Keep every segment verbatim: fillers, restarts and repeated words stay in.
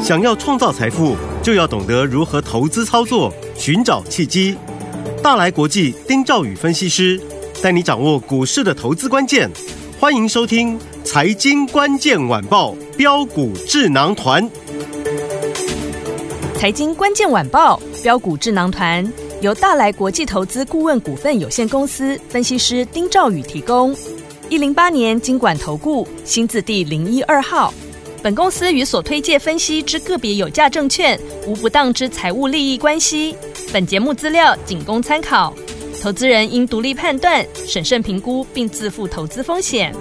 想要创造财富，就要懂得如何投资操作，寻找契机。大来国际丁兆宇分析师带你掌握股市的投资关键。欢迎收听《财经关键晚报》标股智囊团。 财经关键晚报标股智囊团由大来国际投资顾问股份有限公司分析师丁兆宇提供。一零八年金管投顾新字第零一二号。本公司与所推介分析之个别有价证券无不当之财务利益关系。本节目资料仅供参考，投资人应独立判断、审慎评估，并自负投资风险。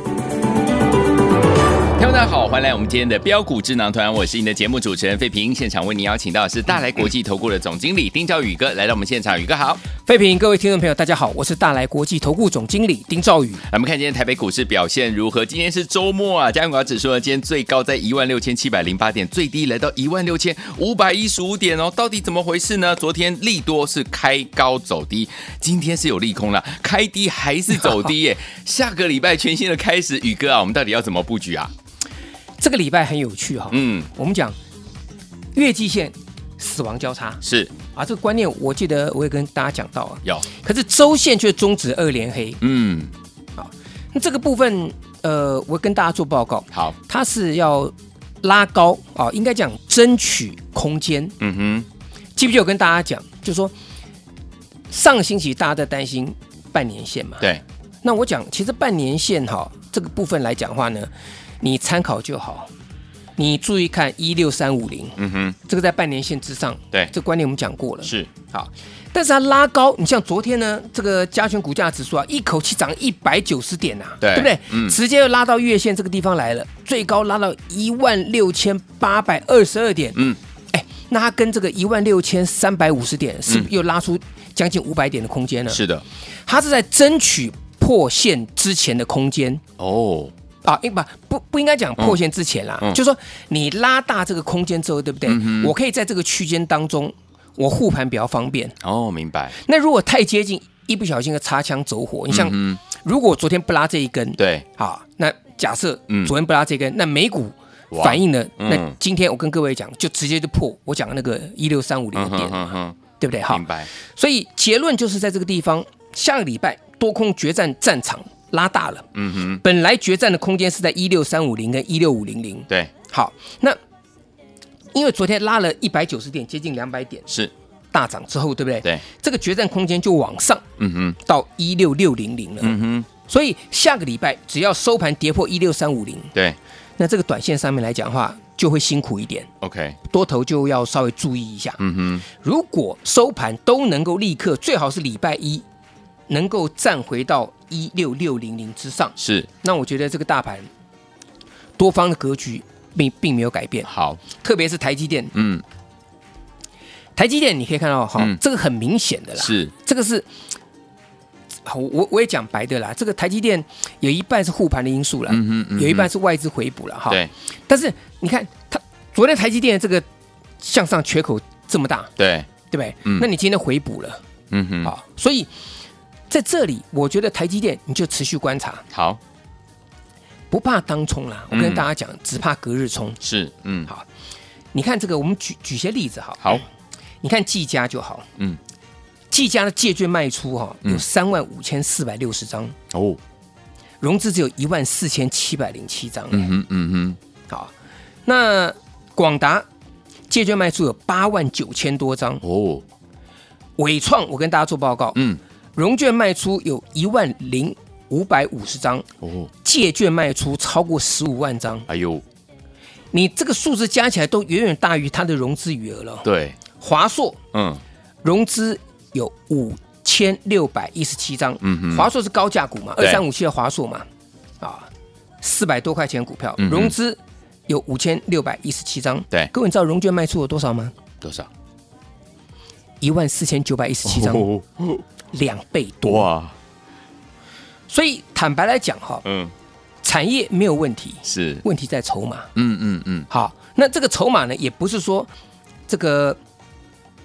听众大家好，欢迎来我们今天的标股智囊团，我是你的节目主持人费平。现场为您邀请到的是大来国际投顾的总经理丁兆宇哥来到我们现场，宇哥好。 费平，各位听众朋友大家好，我是大来国际投顾总经理丁兆宇。 来我们看今天台北股市表现如何？今天是周末啊，加权股价指数呢今天最高在一万六千七百零八点，最低来到一万六千五百一十五点哦，到底怎么回事呢？昨天利多是开高走低，今天是有利空了，开低还是走低耶。下个礼拜全新的开始，宇哥啊，我们到底要怎么布局啊？ 这个礼拜很有趣哈、哦，嗯，我们讲月季线死亡交叉是啊，这个观念我记得我也跟大家讲到啊， 有， 可是周线却终止二连黑， 嗯， 好，那这个部分呃，我跟大家做报告， 好， 它是要拉高啊，应该讲争取空间，嗯哼，记不记得我跟大家讲，就是说上个星期大家在担心半年线嘛， 对， 那我讲其实半年线哈这个部分来讲话呢。你参考就好，你注意看一六三五零，嗯哼，这个在半年线之上， 对， 这个观念我们讲过了， 是好，但是它拉高，你像昨天呢，这个加权股价指数啊，一口气涨一百九十点呐、啊， 对， 对不对？ 嗯， 直接又拉到月线这个地方来了，最高拉到一万六千八百二十二点，嗯，哎，那它跟这个一万六千三百五十点，是不是又拉出将近五百点的空间呢？ 是的， 它是在争取破线之前的空间哦。啊，不不不应该讲破线之前啦，嗯嗯、就是说你拉大这个空间之后，对不对？嗯、我可以在这个区间当中，我护盘比较方便。 哦，明白。 那如果太接近，一不小心的擦枪走火，你像、嗯、如果昨天不拉这一根， 对， 好，那假设昨天不拉这一根，嗯、那美股反应呢？那今天我跟各位讲，就直接就破我讲的那个一六三五零的点，嗯嗯、对不对？好， 明白。 所以结论就是在这个地方，下个礼拜多空决战战场。拉大了，嗯哼，本来决战的空间是在一六三五零跟一六五零零， 对， 好，那因为昨天拉了一百九十点，接近两百点， 是大涨之后，对不对？ 对， 这个决战空间就往上，嗯哼，到一六六零零了，嗯哼，所以下个礼拜只要收盘跌破一六三五零， 对， 那这个短线上面来讲的话，就会辛苦一点 ，OK， 多头就要稍微注意一下，嗯哼，如果收盘都能够立刻，最好是礼拜一。能够站回到一六六零零之上， 是， 那我觉得这个大盘多方的格局并并没有改变。 好， 特别是台积电，嗯，台积电你可以看到哈、嗯，这个很明显的啦， 是，这个是，我我也讲白的啦，这个台积电有一半是护盘的因素啦，嗯哼嗯哼有一半是外资回补了哈。 对， 但是你看它昨天台积电的这个向上缺口这么大， 对， 对不对？嗯、那你今天回补了，嗯哼，好，所以。在这里，我觉得台积电你就持续观察， 好， 不怕当冲啦。我跟大家讲，嗯、只怕隔日冲。 是，嗯， 好，你看这个，我们举举些例子哈。 好， 你看技嘉就好，嗯，技嘉的借券卖出哈有三万五千四百六十张哦，融资只有一万四千七百零七张。嗯哼，嗯哼，好，那广达借券卖出有八万九千多张哦，伟创我跟大家做报告，嗯。融券卖出有一万零五百五十张，哦，借券卖出超过十五万张，哎呦，你这个数字加起来都远远大于它的融资余额了。 对， 华硕，嗯，融资有五千六百一十七张，嗯，华硕是高价股嘛，二三五七的华硕嘛，啊，四百多块钱股票，融资有五千六百一十七张， 对， 各位你知道融券卖出有多少吗？ 多少？ 一万四千九百一十七张。哦哦两倍多啊！所以坦白来讲哈，嗯，产业没有问题， 是问题在筹码。 嗯嗯嗯。 好，那这个筹码呢，也不是说这个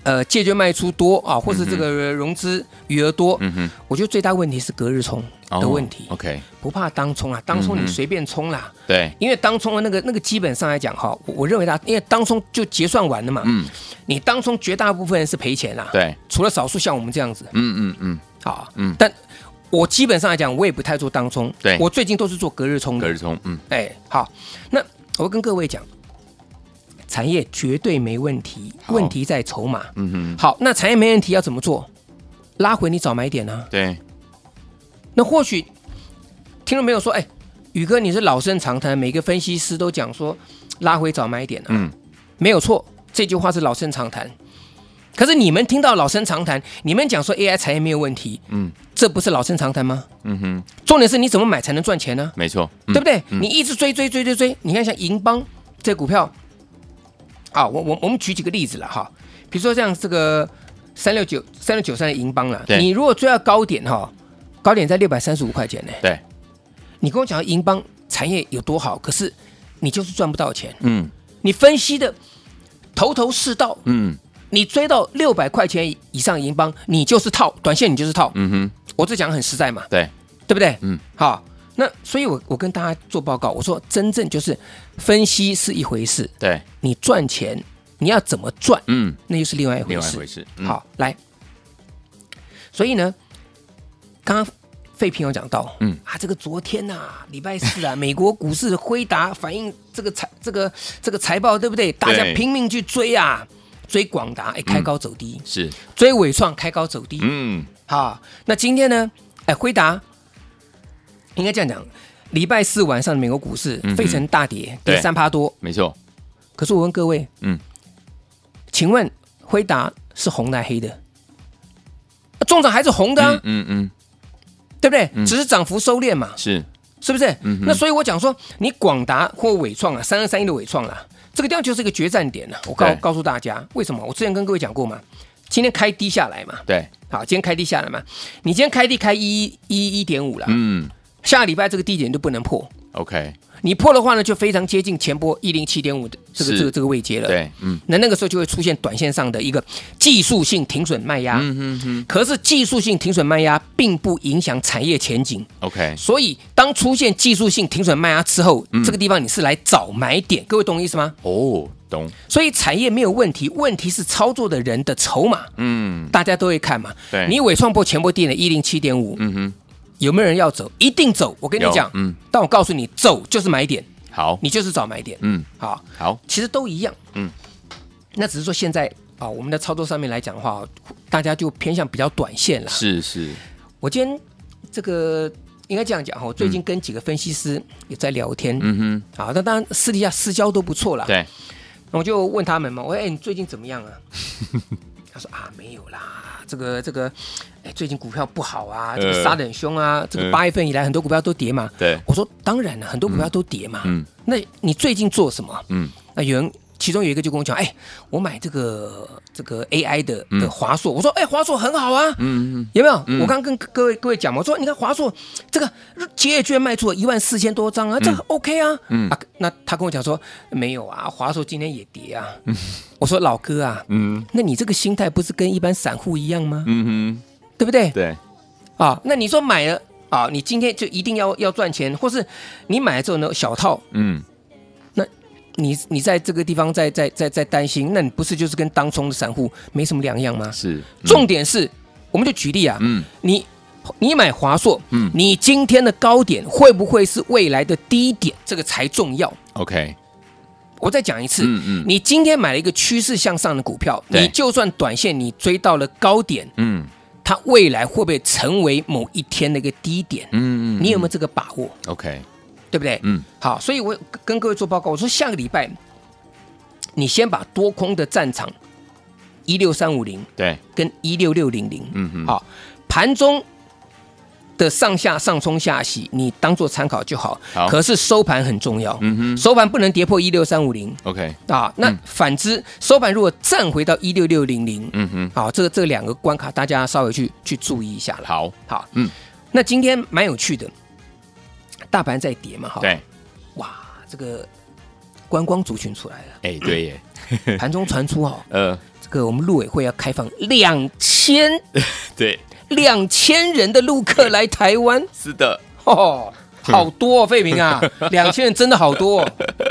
呃借券卖出多啊，或是这个融资余额多，嗯哼，我觉得最大问题是隔日冲的问题。 哦、OK， 不怕当冲啊，当冲你随便冲啦。 嗯、对， 因为当冲的那个那个基本上来讲哈，我我认为它因为当冲就结算完了嘛，嗯，你当冲绝大部分人是赔钱啦， 对， 除了少数像我们这样子， 嗯嗯嗯， 好，嗯，但我基本上来讲，我也不太做当冲， 对， 我最近都是做隔日冲的， 隔日冲，嗯， 哎，好，那我跟各位讲。产业绝对没问题，问题在筹码。嗯哼，好，那产业没问题要怎么做？拉回你早买点啊。 对。 那或许听到没有说，哎，宇哥你是老生常谈，每个分析师都讲说拉回早买点啊。嗯，没有错，这句话是老生常谈。可是你们听到老生常谈，你们讲说 A I 产业没有问题，嗯，这不是老生常谈吗？嗯哼。重点是你怎么买才能赚钱呢？ 没错， 对不对？嗯、你一直追追追追追，你看像银邦这股票。啊，我我我们举几个例子了哈，比如说像这个三六九三六九三的银邦了，你如果追到高点哈，高点在六百三十五块钱呢， 对， 你跟我讲银邦产业有多好，可是你就是赚不到钱，嗯，你分析的头头是道，嗯，你追到六百块钱以上银邦，你就是套，短线你就是套，嗯哼，我这讲很实在嘛， 对， 对不对？嗯，好。那所以我，我我跟大家做报告，我说真正就是分析是一回事， 对， 你赚钱你要怎么赚，嗯，那又是另外一回事。 另外一回事。 嗯、好，来，所以呢，刚刚废品有讲到，嗯啊，这个昨天呐、啊，礼拜四啊，美国股市辉达反映这个财这个这个财报，对不对？大家拼命去追啊，追广达，哎，开高走低， 嗯、是追伟创开高走低，嗯，好，那今天呢，哎，辉达。应该这样讲，礼拜四晚上的美国股市费城大跌，跌三趴多， 没错。 可是我问各位，嗯，请问辉达是红的还是黑的？中涨还是红的、啊，嗯 嗯, 嗯，对不对、嗯？只是涨幅收敛嘛， 是是不是？嗯、那所以我讲说，你广达或伟创啊，三二三一的伟创啦，这个地方就是一个决战点了、啊。我告告诉大家，为什么？我之前跟各位讲过嘛，今天开低下来嘛， 对， 好，今天开低下来嘛，你今天开低开一一一点五了，嗯。下个礼拜这个低点就不能破 ，OK， 你破的话呢，就非常接近前波一零七点五的这个这个这个位阶了。 对，嗯， 那那个时候就会出现短线上的一个技术性停损卖压。嗯哼哼。可是技术性停损卖压并不影响产业前景。 OK， 所以当出现技术性停损卖压之后、嗯，这个地方你是来找买点，各位懂我意思吗？ 哦，懂。 所以产业没有问题，问题是操作的人的筹码。嗯，大家都会看嘛。 对， 你伟创破前波低点一零七点五。嗯哼。有没有人要走？一定走！我跟你讲，嗯，但我告诉你，走就是买点， 好， 你就是找买点，嗯，好， 好， 其实都一样，嗯，那只是说现在啊，我们的操作上面来讲的话，大家就偏向比较短线了。 是是， 我今天这个应该这样讲哈，我最近跟几个分析师也在聊天，嗯哼，好，那当然私底下私交都不错啦， 对， 那我就问他们嘛，我说，哎，你最近怎么样啊？他说啊，没有啦，这个这个，哎，最近股票不好啊，这个杀得很凶啊，呃、这个八月份以来很多股票都跌嘛。 对， 我说当然了，很多股票都跌嘛。嗯，那你最近做什么？嗯，那有人其中有一个就跟我讲，哎，我买这个这个 A I 的的华硕，我说，哎，华硕很好啊，嗯嗯，有没有？嗯、我刚跟各位各位讲嘛，我说你看华硕这个结业居然卖出了一万四千多张啊，这个 OK 啊，嗯啊，那他跟我讲说没有啊，华硕今天也跌啊。嗯我说老哥啊，嗯，那你这个心态不是跟一般散户一样吗？嗯哼，对不对？ 对， 啊，那你说买了啊，你今天就一定要要赚钱，或是你买了之后呢小套，嗯，那你你在这个地方在在在在担心，那你不是就是跟当冲的散户没什么两样吗？ 是，嗯、 重点是，我们就举例啊，嗯，你你买华硕，嗯，你今天的高点会不会是未来的低点？这个才重要。 OK。 我再讲一次，嗯嗯，你今天买了一个趋势向上的股票，你就算短线你追到了高点，嗯，它未来会不会成为某一天的一个低点？嗯嗯，你有没有这个把握 ？OK， 对不对？嗯，好，所以我跟各位做报告，我说下个礼拜你先把多空的战场一六三五零对跟一六六零零，嗯嗯，好，盘中的上下上冲下洗，你当做参考就好。好，可是收盘很重要。嗯哼，收盘不能跌破一六三五零。 OK 啊，那反之，嗯、收盘如果站回到一六六零零，嗯哼，好，这个这两个关卡大家稍微去去注意一下了。 好， 好，嗯，那今天蛮有趣的，大盘在跌嘛，哈， 对， 哇，这个观光族群出来了。 哎，对耶， 盘中传出哦， 呃， 这个我们陆委会要开放两千对两千人的陆客来台湾， 是的， 哦，好多哦，费明啊，两千人真的好多、哦。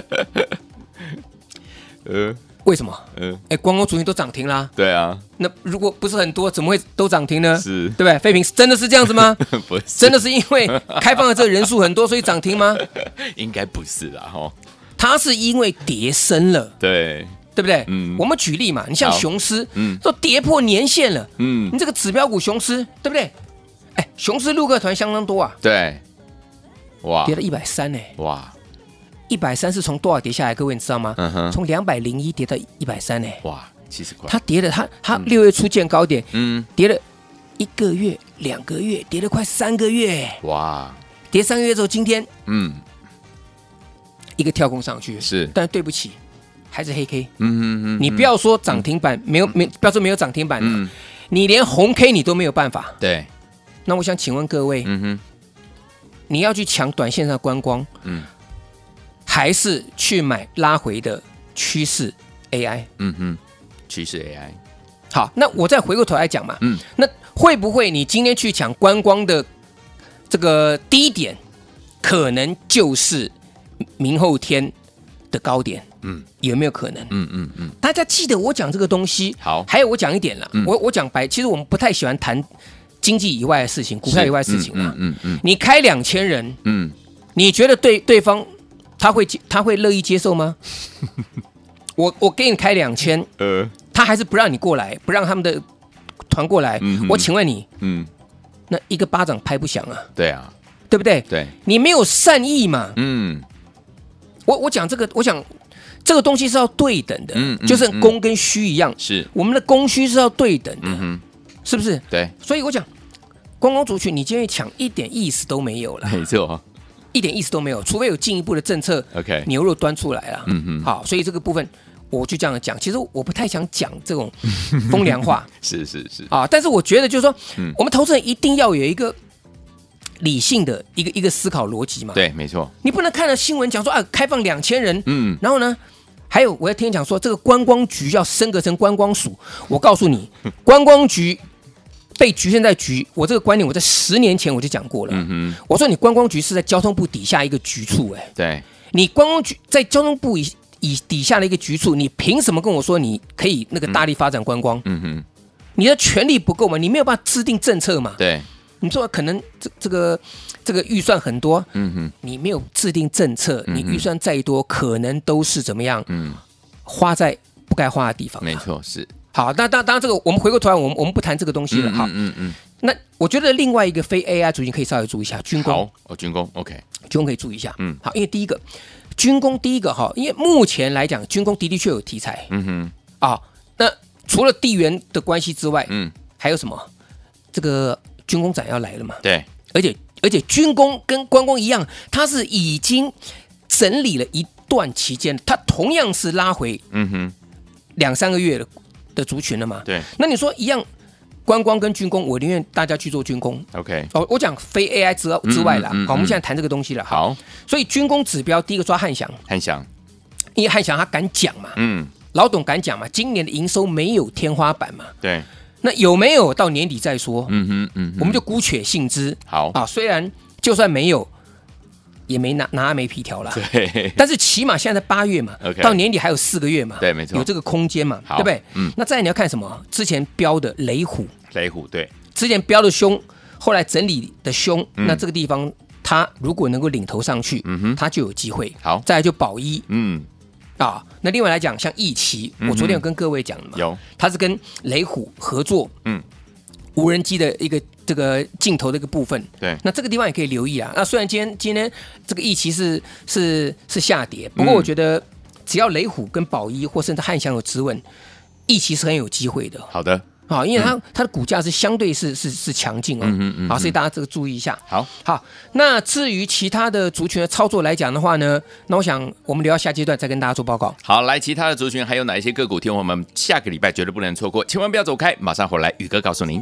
呃， 为什么？ 呃， 哎，观光族群都涨停啦。 对啊， 那如果不是很多，怎么会都涨停呢？ 是， 对不对？费平真的是这样子吗？ 不是， 真的是因为开放的这个人数很多，所以涨停吗？ 应该不是啦，哈。 它是因为跌深了， 对， 对不对？ 嗯， 我们举例嘛，你像雄狮， 嗯， 都跌破年线了， 嗯， 你这个指标股雄狮，对不对？哎，雄狮陆客团相当多啊， 对，哇， 跌了一百三呢， 哇， 一百三是从多少跌下来？各位你知道吗？ 嗯哼， 从两百零一跌到一百三呢， 哇，七十块， 它跌了，它它六月初见高点， 嗯， 跌了一个月、两个月，跌了快三个月， 哇， 跌三个月之后，今天嗯。 一个跳空上去是， 但对不起，还是黑 K。 嗯嗯嗯， 你不要说涨停板，没有没不要说没有涨停板嗯， 你连红 K 你都没有办法。 对， 那我想请问各位， 嗯哼， 你要去抢短线上的观光， 嗯， 还是去买拉回的趋势 A I？ 嗯哼，趋势 A I。 好，那我再回过头来讲嘛， 嗯， 那会不会你今天去抢观光的这个低点，可能就是明后天的高点？嗯，有没有可能？ 嗯嗯嗯， 大家记得我讲这个东西。 好， 还有我讲一点了， 嗯、 我我讲白，其实我们不太喜欢谈经济以外的事情，股票以外的事情嗯嗯嗯嗯， 你开两千人， 嗯， 你觉得对对方他会他会乐意接受吗？我我给你开两千，呃，他还是不让你过来，不让他们的团过来。嗯、我请问你，嗯，那一个巴掌拍不响啊？ 对啊， 对不对？ 对， 你没有善意嘛？嗯，我我讲这个，我想这个东西是要对等的，嗯，就是供跟需一样， 是我们的供需是要对等的，嗯哼， 是不是？ 对， 所以我讲观光族群，你今天抢一点意思都没有了， 没错， 一点意思都没有，除非有进一步的政策 ，OK， 牛肉端出来了， 嗯哼， 好，所以这个部分我就这样讲。其实我不太想讲这种风凉话， 是是是啊，但是我觉得就是说，嗯、我们投资人一定要有一个理性的一个一个思考逻辑嘛， 对，没错， 你不能看了新闻讲说啊，开放两千人， 嗯， 然后呢？还有，我要听讲说，这个观光局要升格成观光署。我告诉你，观光局被局限在局，我这个观念我在十年前我就讲过了。嗯、我说你观光局是在交通部底下一个局处，哎， 对， 你观光局在交通部以以底下的一个局处，你凭什么跟我说你可以那个大力发展观光？嗯哼，你的权力不够嘛？你没有办法制定政策嘛？ 对， 你说可能这这个。这个预算很多，嗯哼，你没有制定政策，嗯、你预算再多，可能都是怎么样？嗯，花在不该花的地方。 没错，是。 好，那当当然，这个我们回过头来，我们我们不谈这个东西了。好，嗯嗯。那我觉得另外一个非 A I 族群可以稍微注意一下军工。 好，哦，军工 ，OK， 军工可以注意一下。嗯，好，因为第一个军工，第一个哈，因为目前来讲，军工的的确有题材。嗯哼。啊，那除了地缘的关系之外，嗯，还有什么？这个军工展要来了嘛？ 对， 而且。而且军工跟观光一样，它是已经整理了一段期间，它同样是拉回，嗯哼，两三个月的的族群了嘛。 对， 那你说一样，观光跟军工，我宁愿大家去做军工。 OK， 哦，我讲非 A I 之之外啦。嗯嗯嗯、好，我们现在谈这个东西了。 好， 所以军工指标第一个抓汉翔， 汉翔， 因为汉翔他敢讲嘛，嗯，老董敢讲嘛，今年的营收没有天花板嘛。 对。 那有没有到年底再说？ 嗯哼，嗯哼， 我们就姑且信之。 好啊，虽然就算没有，也没拿拿没皮条啦。 对， 但是起码现在八月嘛， okay, 到年底还有四个月嘛， 对，没错， 有这个空间嘛，对不对？嗯。那再来你要看什么？之前标的雷虎， 雷虎对， 之前标的凶，后来整理的凶，嗯、那这个地方它如果能够领头上去，嗯哼，它就有机会。 好， 再来就宝一， 嗯。 啊，那另外来讲，像易奇，我昨天有跟各位讲了嘛， 有， 它是跟雷虎合作，嗯，无人机的一个这个镜头的一个部分， 对， 那这个地方也可以留意啊。那虽然今天今天这个易奇是是是下跌，不过我觉得只要雷虎跟宝一或甚至汉翔有止稳，易奇是很有机会的。 好的。 好，因为它、嗯、它的股价是相对是是是强劲哦，嗯嗯嗯好，所以大家这个注意一下。 好， 好，那至于其他的族群的操作来讲的话呢，那我想我们留到下阶段再跟大家做报告。 好，来，其他的族群还有哪一些个股？听我们下个礼拜绝对不能错过，千万不要走开，马上回来，宇哥告诉您。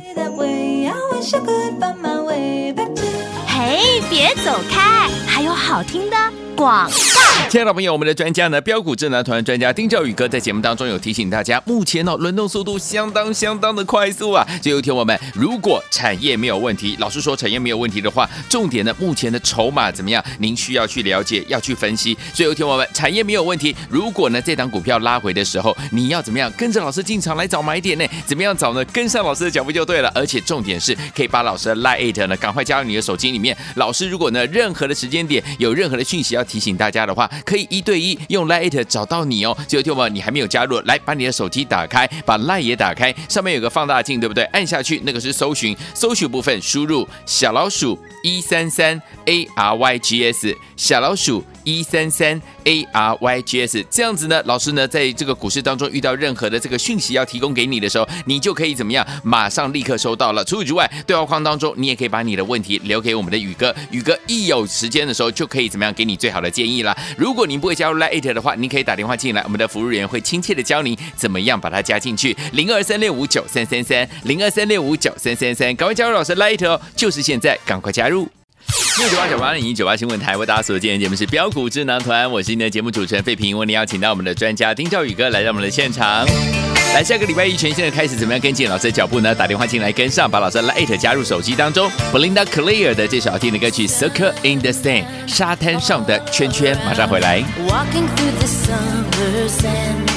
嘿，别走开，还有好听的广。 亲爱的朋友，我们的专家呢，标股智囊团专家丁兆宇哥在节目当中有提醒大家，目前哦轮动速度相当相当的快速啊。所以有听我们，如果产业没有问题，老实说产业没有问题的话，重点呢目前的筹码怎么样，您需要去了解，要去分析。所以有听我们，产业没有问题，如果呢这档股票拉回的时候，你要怎么样跟着老师进场来找买点呢？怎么样找呢？跟上老师的脚步就对了。而且重点是可以把老师的 Line 呢赶快加入你的手机里面。老师如果呢任何的时间点有任何的讯息要提醒大家的话，可以一对一用 Line 找到你哦。结果听我们，你还没有加入，来把你的手机打开，把 Line 也打开，上面有个放大镜，对不对？按下去，那个是搜寻，搜寻部分输入小老鼠一三三 A R Y G S 小老鼠一三三 A R Y G S 这样子呢，老师呢在这个股市当中遇到任何的这个讯息要提供给你的时候，你就可以怎么样，马上立刻收到了。除此之外，对话框当中你也可以把你的问题留给我们的宇哥，宇哥一有时间的时候就可以怎么样给你最好的建议啦。如果您不会加入 Line 的话，您可以打电话进来，我们的服务员会亲切的教您怎么样把它加进去。零二三六五九三三三零二三六五九三三三，赶快加入老师 Line 哦，就是现在，赶快加入。六九八九八零一九八新闻台为大家所见的节目是标股智囊团，我是您的节目主持人费平，为您邀请到我们的专家丁兆宇哥来到我们的现场。来，下个礼拜一全新的开始，怎么样跟进老师的脚步呢？打电话进来跟上，把老师的 Line 加入手机当中。Belinda Clear 的这首好听的歌曲《Circle in the Sand》沙滩上的圈圈，马上回來。 Walking through the summer sand,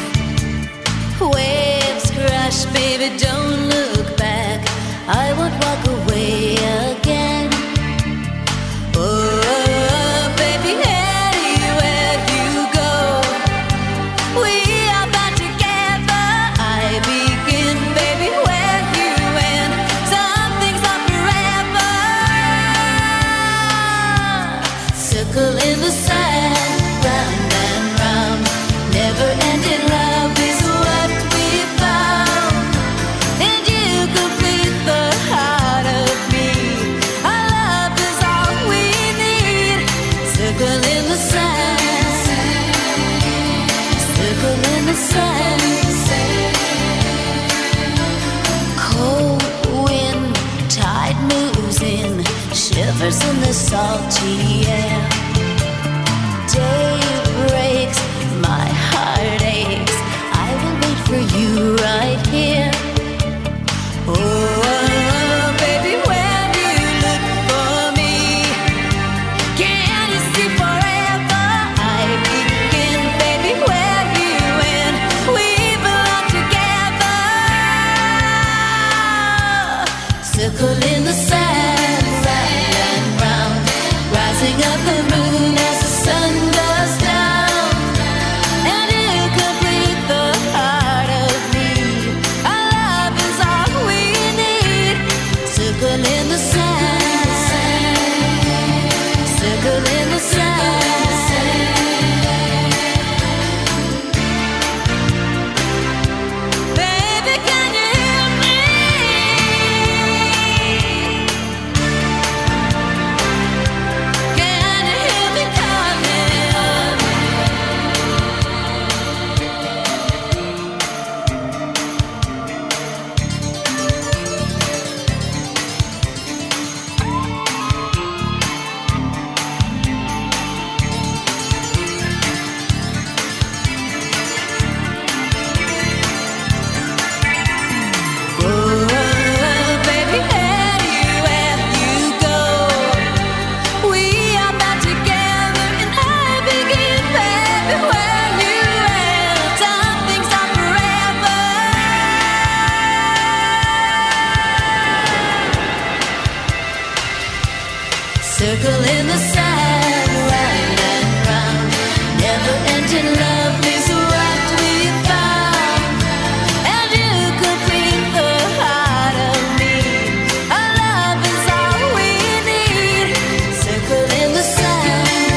waves crash, baby, don't look back. I won't walk away again. Oh, baby, anywhere you go, we are bound together. I begin, baby, where you end. Some things are forever. Circle in the sand, round and round. Never-ending love is what we found. And you complete the heart of me. Our love is all we need. Circle in the sand, circle in the sand. Cold wind, tide moves in, shivers in the salty air. Day breaks, my heart aches. I will wait for you right here. Oh, baby, when you look for me, can you see forever? I begin, baby, where you end. We belong together. Circle in the sand, round and round, rising up the moon as the sun goes down. And you complete the heart of me. Our love is all we need. Circle in the sand, circle in the sand. Baby, can you hear me? Can you hear me coming? Oh, baby, anywhere you go, we are bound together. And I begin, baby, where you end. Some things are forever. Circle in the sand, round and round. Never-ending love is what we found. And you complete the heart of me. Our love is all we need. Circle in the sand,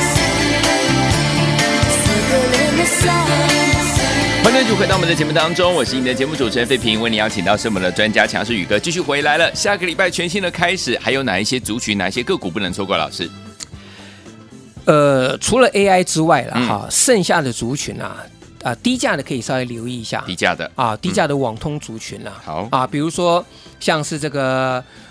circle in the sand. 欢迎继续回到我们的节目当中，我是你的节目主持人费平，为你邀请到是我们的专家强势宇哥继续回来了。下个礼拜全新的开始，还有哪一些族群、哪一些个股不能错过？老师， 呃，除了 A I 之外了嗯哈，剩下的族群啊，啊、低价的可以稍微留意一下， 低价的啊，低价的网通族群啊， 好啊，比如说像是这个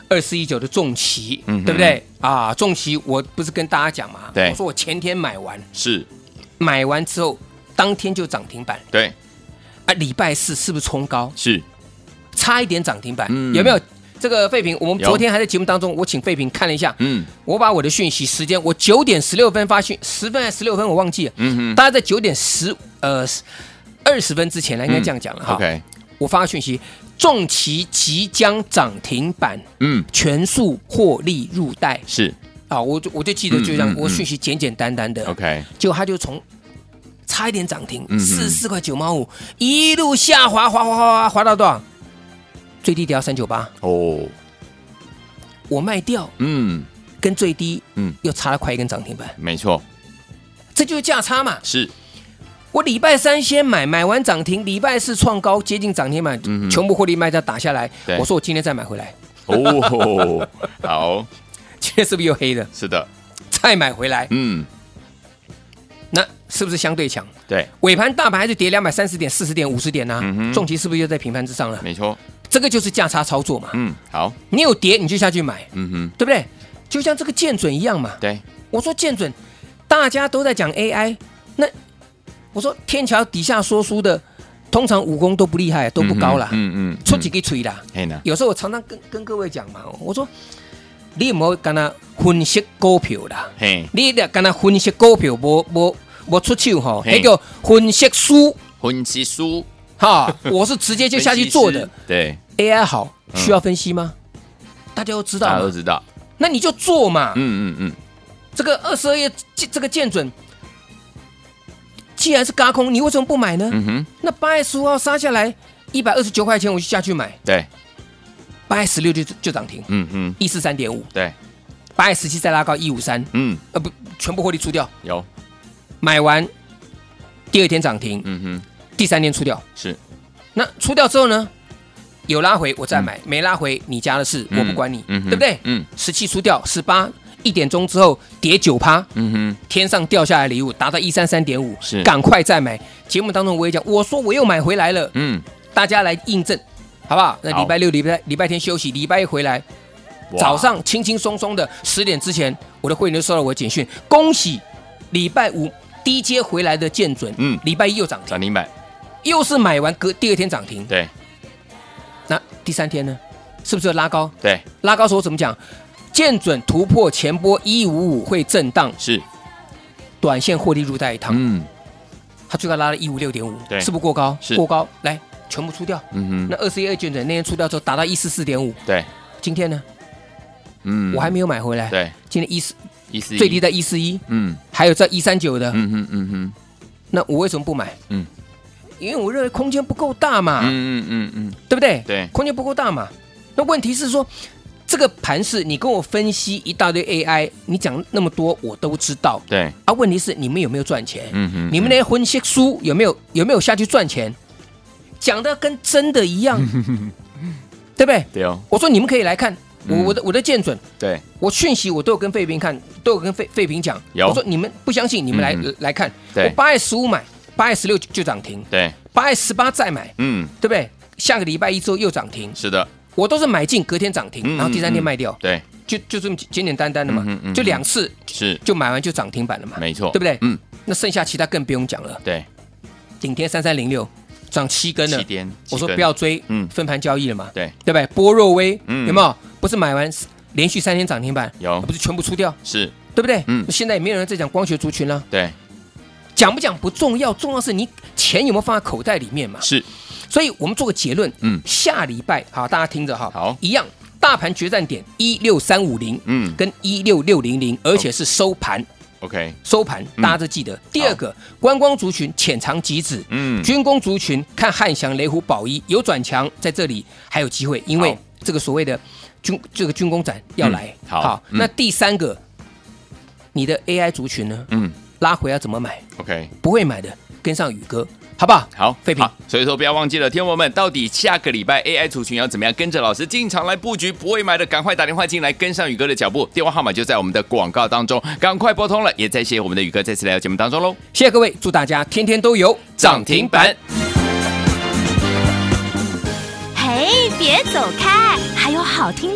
二四一九的重骑， 嗯哼对不对啊？重骑我不是跟大家讲嘛， 对我说我前天买完， 是， 买完之后当天就涨停板对， 啊，礼拜四是不是冲高？ 是， 差一点涨停板， 嗯有没有？这个废品，我们有昨天还在节目当中，我请废品看了一下， 嗯我把我的讯息时间，我九点十六分发讯，十分还是十六分我忘记了， 嗯哼大概在九点十呃二十分之前呢，应该这样讲了哈。 ，OK， 我发讯息，重骑即将涨停板， 嗯， 全数获利入袋是啊！我就我就记得就这样， 嗯嗯嗯我讯息简简单单的 ，OK， 结果他就从差一点涨停， 嗯哼四十四块九毛五，一路下滑，滑滑滑滑滑到多少？最低跌到三九八， 哦， 我卖掉， 嗯跟最低嗯， 又差了快一根涨停板， 没错， 这就是价差嘛。 是， 我礼拜三先买，买完涨停，礼拜四创高接近涨停板， 嗯哼全部获利卖掉打下来对。 我说我今天再买回来， 哦，好， 今天是不是又黑的？ 是的， 再买回来， 嗯， 那是不是相对强？ 对， 尾盘大盘还是跌两百三十点、四十点、五十点呐、 嗯哼重骑是不是又在平盘之上了？ 没错， 这个就是价差操作嘛。 嗯，好， 你有跌你就下去买， 嗯哼， 对不对？就像这个建准一样嘛。 对， 我说建准，大家都在讲 A I， 那我说天桥底下说书的，通常武功都不厉害，都不高啦， 嗯嗯， 出几个锤啦。 嘿呢， 有时候我常常跟跟各位讲嘛，我说你有没有跟他分析股票啦？ 嘿， 你得跟他分析股票，无无无出手吼， 嘿那叫分析书分析书哈。我是直接就下去做的分析师。对， A I 好嗯需要分析吗？大家都知道嘛， 大家都知道， 那你就做嘛。 嗯嗯嗯， 这个二十二页这个见准，既然是轧空，你为什么不买呢？ 嗯哼， 那八月十五号杀下来一百二十九块钱，我就下去买， 对， 八月十六就就涨停， 嗯哼， 一四三点五， 对， 八月十七再拉高一五三， 嗯， 呃不，全部获利出掉， 有， 买完第二天涨停， 嗯哼， 第三天出掉。 是， 那出掉之后呢，有拉回我再买，没拉回你家的事， 嗯我不管你， 嗯哼对不对？ 嗯十七出掉，十八一点钟之后跌九趴， 嗯哼， 天上掉下来礼物达到一三三点五， 是赶快再买。节目当中我也讲，我说我又买回来了， 嗯， 大家来印证，好不好？那好礼拜六、礼拜礼拜天休息，礼拜一回来， 哇早上轻轻松松的十点之前，我的会员就收到我的简讯，恭喜礼拜五低阶回来的建准， 嗯礼拜一又涨停， 涨停板， 又是买完隔第二天涨停， 对那第三天呢，是不是有拉高？ 对， 拉高时候怎么讲？见准突破前波一五五会震荡， 是， 短线获利入袋一趟， 嗯它最高拉了一五六点五， 对是不是过高？ 是过高，来全部出掉。 嗯哼， 那二十一二见准那天出掉之后，达到一四四点五， 对， 今天呢， 嗯， 我还没有买回来， 对， 今天一四一四最低，在一四一， 嗯还有在一三九的， 嗯哼嗯哼， 那我为什么不买？ 嗯因为我认为空间不够大嘛， 嗯嗯嗯嗯， 对不对？ 对空间不够大嘛。那问题是说，这个盘势你跟我分析一大堆 A I，你讲那么多我都知道对， 啊。问题是你们有没有赚钱？ 嗯哼， 你们那些分析书有没有有没有下去赚钱？讲的跟真的一样，对不对？ 对哦， 我说你们可以来看我嗯我的我的见准， 对， 我讯息我都有跟费平看，都有跟费费平讲。 有我说你们不相信，你们来、 嗯来看。 对我八月十五买，八月十六就涨停， 对， 八月十八再买， 嗯， 对不对？下个礼拜一之后又涨停， 是的， 我都是买进，隔天涨停， 嗯然后第三天嗯卖掉， 对， 就就这么简简单单的嘛， 嗯嗯嗯就两次是， 就买完就涨停板了嘛， 没错， 对不对？ 嗯， 那剩下其他更不用讲了， 对， 顶天三三零六涨七根了七，天， 我说七根不要追， 嗯分盘交易了嘛， 对， 对不对？波若威， 嗯有没有？不是买完连续三天涨停板， 有不是全部出掉， 是， 对不对？ 嗯那现在也没有人在讲光学族群了， 对， 讲不讲不重要，重要是你钱有没有放在口袋里面嘛。 是， 所以我们做个结论， 嗯下礼拜好，大家听着哈， 好一样，大盘决战点一六三五零， 嗯跟一六六零零，而且是收盘， ，OK， 收盘嗯大家都记得。第二个，观光族群浅尝即止， 嗯， 军工族群看汉翔、雷虎、宝一有转强，在这里还有机会，因为好这个所谓的军这个军工展要来。 嗯好嗯那第三个，你的 A I 族群呢， 嗯拉回要怎么买？ ，OK， 不会买的跟上宇哥，好不好？ 好， 废品好，所以说不要忘记了，天王们，到底下个礼拜 A I 族群要怎么样跟着老师进场来布局？不会买的，赶快打电话进来跟上宇哥的脚步，电话号码就在我们的广告当中，赶快拨通了。也再谢谢我们的宇哥再次来到节目当中喽， 谢谢各位，祝大家天天都有涨停板。 嘿，别走开，还有好听的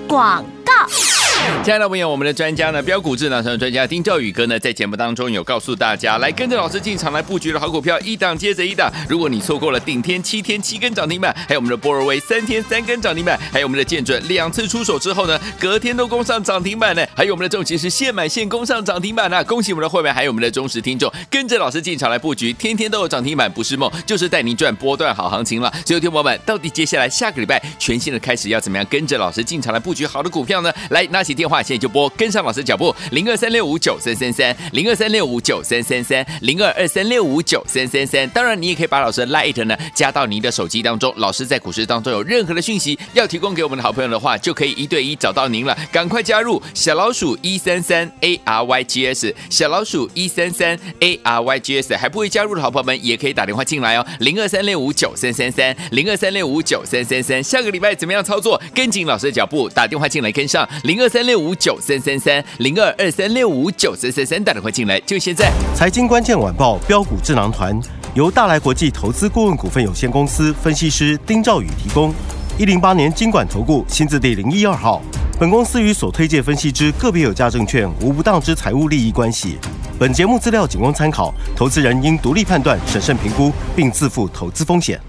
广告。 亲爱的朋友，我们的专家呢，标股智囊团的专家丁兆宇哥呢，在节目当中有告诉大家，来跟着老师进场来布局的好股票，一档接着一档。如果你错过了顶天七天七根涨停板，还有我们的波尔威三天三根涨停板，还有我们的建准两次出手之后呢，隔天都攻上涨停板呢，还有我们的重骑是现买现攻上涨停板啊！恭喜我们的会员，还有我们的忠实听众，跟着老师进场来布局，天天都有涨停板，不是梦，就是带您赚波段好行情了。所以，听众朋友们，到底接下来下个礼拜全新的开始要怎么样跟着老师进场来布局好的股票呢？来，拿起电话现在就拨，跟上老师脚步，零二三六五九三三三，零二三六五九三三三，零二二三六五九三三三。当然，你也可以把老师的 Lite 呢加到您的手机当中。老师在股市当中有任何的讯息要提供给我们的好朋友的话，就可以一对一找到您了。赶快加入小老鼠一三三 A R Y G S， 小老鼠一三三 A R Y G S。还不会加入的好朋友们，也可以打电话进来哦，零二三六五九三三三，零二三六五九三三三。下个礼拜怎么样操作？跟紧老师的脚步，打电话进来跟上零二三六五九三三三，零二二三六五九三三三，打电话进来就现在。 财经关键晚报标股智囊团由大来国际投资顾问股份有限公司分析师丁兆宇提供。一零八年金管投顾新字第零一二号。本公司与所推介分析之个别有价证券无不当之财务利益关系。本节目资料仅供参考，投资人应独立判断、审慎评估，并自负投资风险。